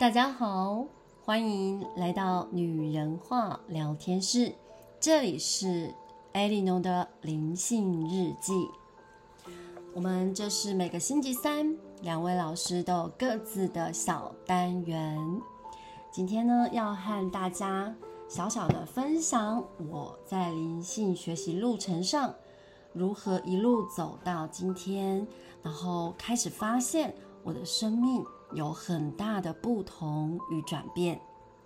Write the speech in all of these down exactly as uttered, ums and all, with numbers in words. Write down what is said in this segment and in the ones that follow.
大家好，欢迎来到女人话聊天室，这里是 Eleanor 的灵性日记。我们这是每个星期三，两位老师都有各自的小单元。今天呢，要和大家小小的分享我在灵性学习路程上如何一路走到今天，然后开始发现我的生命有很大的不同与转变。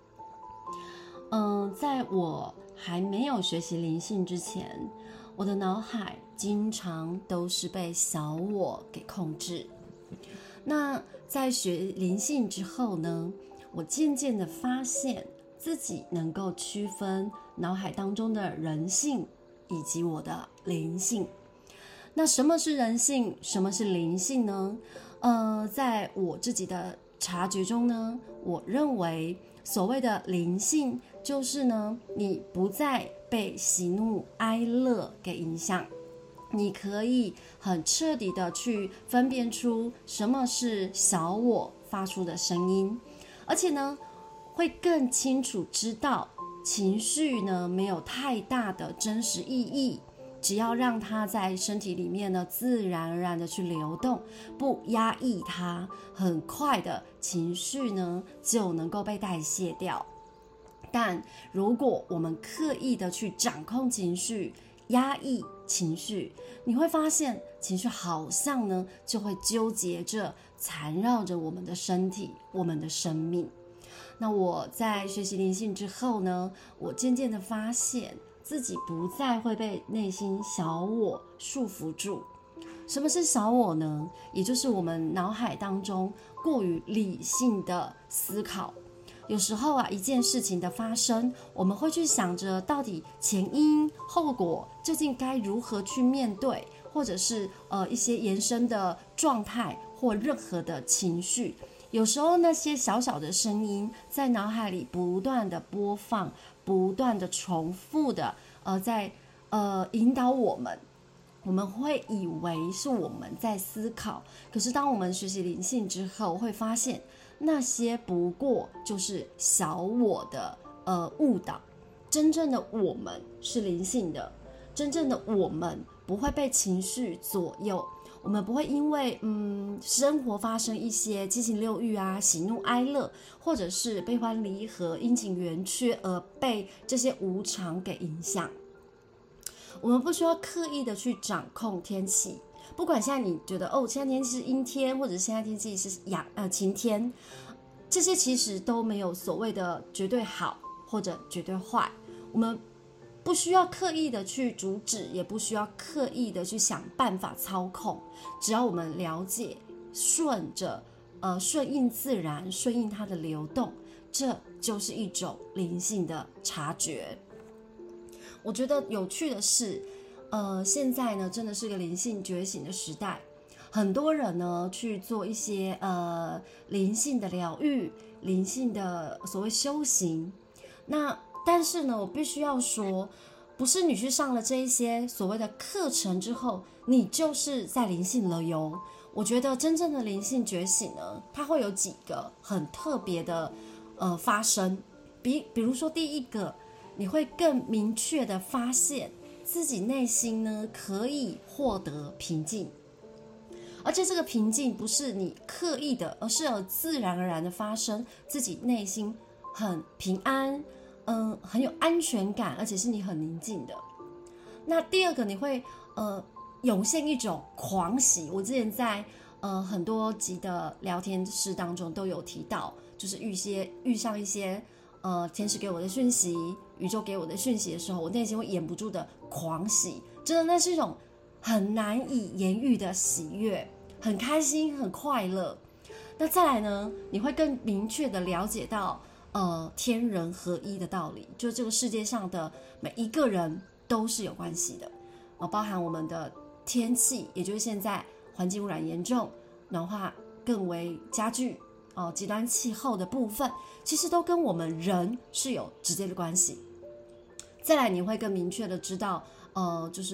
嗯，在我还没有学习灵性之前，我的脑海经常都是被小我给控制。那在学灵性之后呢，我渐渐的发现自己能够区分脑海当中的人性以及我的灵性。那什么是人性，什么是灵性呢？呃，在我自己的察觉中呢，我认为所谓的灵性就是呢，你不再被喜怒哀乐给影响，你可以很彻底的去分辨出什么是小我发出的声音，而且呢，会更清楚知道情绪呢没有太大的真实意义。只要让它在身体里面呢自然而然的去流动，不压抑它，很快的情绪呢就能够被代谢掉。但如果我们刻意的去掌控情绪，压抑情绪，你会发现情绪好像呢就会纠结着缠绕着我们的身体，我们的生命。那我在学习灵性之后呢，我渐渐的发现自己不再会被内心小我束缚住。什么是小我呢？也就是我们脑海当中过于理性的思考。有时候啊，一件事情的发生，我们会去想着到底前因后果究竟该如何去面对，或者是呃一些延伸的状态或任何的情绪。有时候那些小小的声音在脑海里不断的播放，不断的重复的呃在呃引导我们，我们会以为是我们在思考，可是当我们学习灵性之后，会发现那些不过就是小我的呃误导。真正的我们是灵性的，真正的我们不会被情绪左右。我们不会因为嗯生活发生一些七情六欲啊、喜怒哀乐，或者是悲欢离合、阴晴圆缺而被这些无常给影响。我们不需要刻意的去掌控天气，不管现在你觉得哦，现在天气是阴天，或者现在天气是阳呃晴天，这些其实都没有所谓的绝对好或者绝对坏。我们不需要刻意的去阻止，也不需要刻意的去想办法操控，只要我们了解，顺着呃顺应自然，顺应它的流动，这就是一种灵性的察觉。我觉得有趣的是，呃，现在呢真的是个灵性觉醒的时代，很多人呢去做一些呃灵性的疗愈、灵性的所谓修行，那。但是呢，我必须要说，不是你去上了这一些所谓的课程之后，你就是在灵性了哟。我觉得真正的灵性觉醒呢，它会有几个很特别的呃发生。比比如说第一个，你会更明确的发现自己内心呢可以获得平静，而且这个平静不是你刻意的，而是有自然而然的发生，自己内心很平安。嗯，很有安全感，而且是你很宁静的。那第二个，你会呃涌现一种狂喜。我之前在呃很多集的聊天室当中都有提到，就是遇些遇上一些呃天使给我的讯息，宇宙给我的讯息的时候，我内心会掩不住的狂喜。真的，那是一种很难以言喻的喜悦，很开心，很快乐。那再来呢，你会更明确的了解到。呃，天人合一的道理，就这个世界上的每一个人都是有关系的，呃，包含我们的天气，也就是现在环境污染严重，暖化更为加剧，呃，极端气候的部分，其实都跟我们人是有直接的关系。再来，你会更明确的知道，呃，就是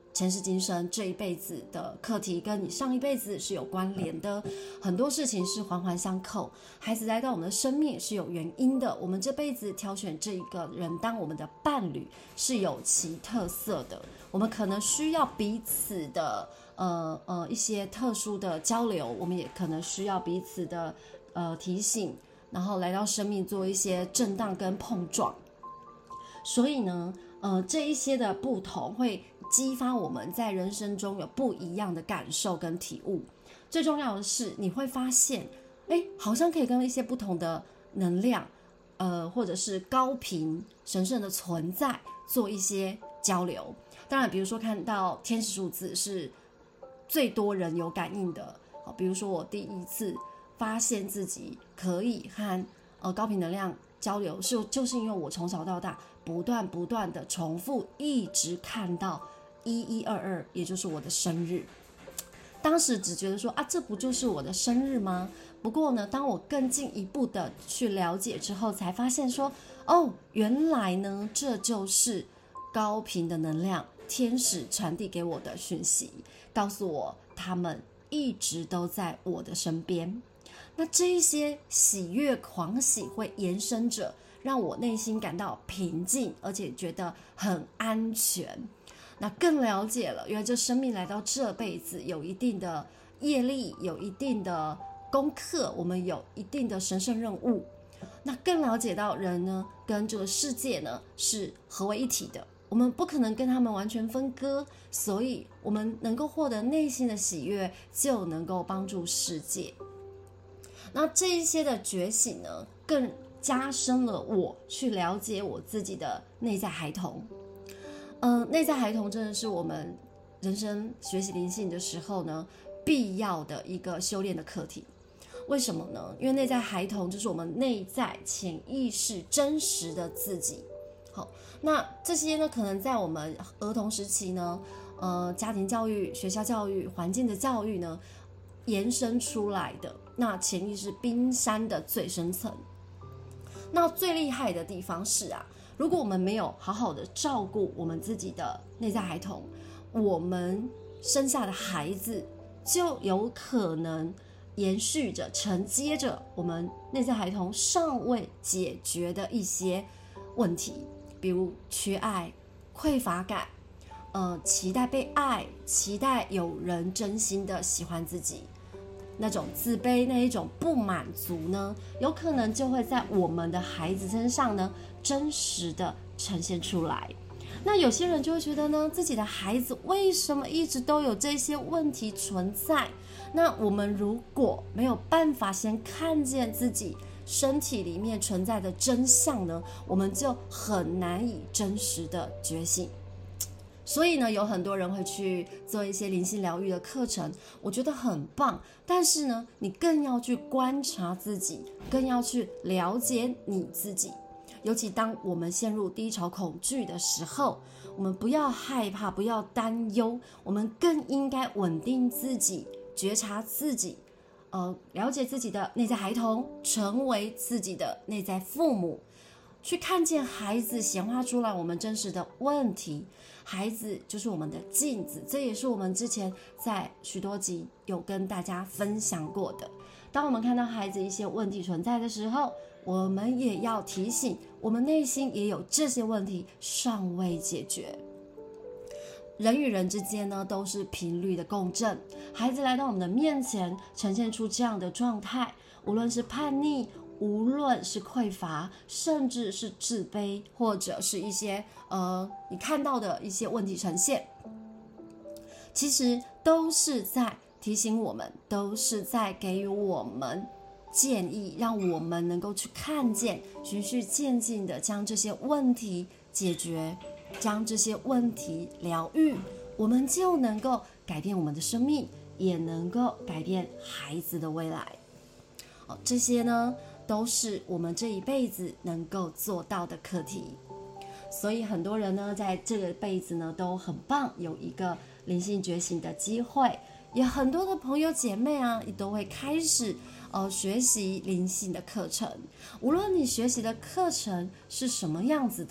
前世今生这一辈子的课题跟你上一辈子是有关联的，很多事情是环环相扣。孩子来到我们的生命是有原因的，我们这辈子挑选这一个人当我们的伴侣是有其特色的，我们可能需要彼此的呃呃一些特殊的交流，我们也可能需要彼此的呃提醒，然后来到生命做一些震荡跟碰撞。所以呢呃这一些的不同会激发我们在人生中有不一样的感受跟体悟。最重要的是你会发现哎，好像可以跟一些不同的能量呃，或者是高频神圣的存在做一些交流。当然比如说看到天使数字是最多人有感应的，比如说我第一次发现自己可以和呃高频能量交流，是就是因为我从小到大不断不断的重复，一直看到一一二二，也就是我的生日。当时只觉得说啊，这不就是我的生日吗？不过呢，当我更进一步的去了解之后，才发现说，哦，原来呢，这就是高频的能量，天使传递给我的讯息，告诉我他们一直都在我的身边。那这一些喜悦狂喜会延伸着，让我内心感到平静，而且觉得很安全。那更了解了，原来这生命来到这辈子有一定的业力，有一定的功课，我们有一定的神圣任务。那更了解到人呢跟这个世界呢是合为一体的，我们不可能跟他们完全分割，所以我们能够获得内心的喜悦，就能够帮助世界。那这一些的觉醒呢，更加深了我去了解我自己的内在孩童。呃，内在孩童真的是我们人生学习灵性的时候呢，必要的一个修炼的课题。为什么呢？因为内在孩童就是我们内在潜意识真实的自己。好，那这些呢，可能在我们儿童时期呢，呃，家庭教育、学校教育、环境的教育呢，延伸出来的。那潜意识冰山的最深层。那最厉害的地方是啊，如果我们没有好好的照顾我们自己的内在孩童，我们生下的孩子就有可能延续着承接着我们内在孩童尚未解决的一些问题，比如缺爱、匮乏感，呃，期待被爱，期待有人真心的喜欢自己，那种自卑，那一种不满足呢，有可能就会在我们的孩子身上呢真实的呈现出来。那有些人就会觉得呢，自己的孩子为什么一直都有这些问题存在？那我们如果没有办法先看见自己身体里面存在的真相呢，我们就很难以真实的觉醒。所以呢，有很多人会去做一些灵性疗愈的课程，我觉得很棒。但是呢，你更要去观察自己，更要去了解你自己。尤其当我们陷入低潮恐惧的时候，我们不要害怕，不要担忧，我们更应该稳定自己，觉察自己，呃，了解自己的内在孩童，成为自己的内在父母，去看见孩子显化出来我们真实的问题。孩子就是我们的镜子，这也是我们之前在许多集有跟大家分享过的。当我们看到孩子一些问题存在的时候，我们也要提醒，我们内心也有这些问题尚未解决。人与人之间呢，都是频率的共振。孩子来到我们的面前，呈现出这样的状态，无论是叛逆，无论是匮乏，甚至是自卑，或者是一些呃你看到的一些问题呈现，其实都是在提醒我们，都是在给予我们建议，让我们能够去看见，循序渐进的将这些问题解决，将这些问题疗愈，我们就能够改变我们的生命，也能够改变孩子的未来。哦，这些呢都是我们这一辈子能够做到的课题。所以很多人呢在这个辈子呢都很棒，有一个灵性觉醒的机会，也很多的朋友姐妹啊也都会开始呃学习灵性的课程。无论你学习的课程是什么样子的，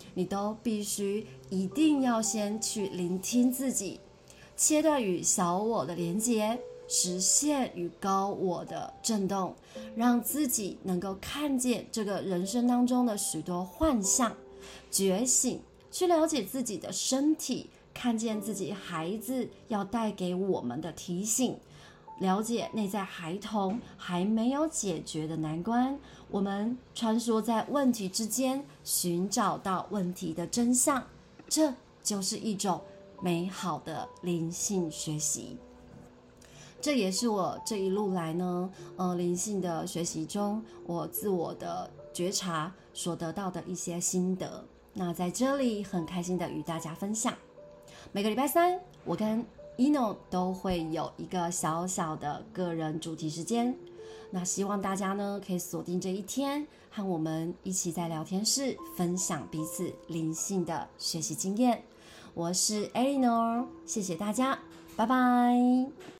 你都必须一定要先去聆听自己，切断与小我的连结，实现与高我的震动，让自己能够看见这个人生当中的许多幻象，觉醒，去了解自己的身体，看见自己孩子要带给我们的提醒，了解内在孩童还没有解决的难关，我们穿梭在问题之间，寻找到问题的真相，这就是一种美好的灵性学习。这也是我这一路来呢，呃，灵性的学习中，我自我的觉察所得到的一些心得。那在这里很开心的与大家分享。每个礼拜三，我跟 Eno 都会有一个小小的个人主题时间。那希望大家呢可以锁定这一天，和我们一起在聊天室分享彼此灵性的学习经验。我是 Eleanor， 谢谢大家，拜拜。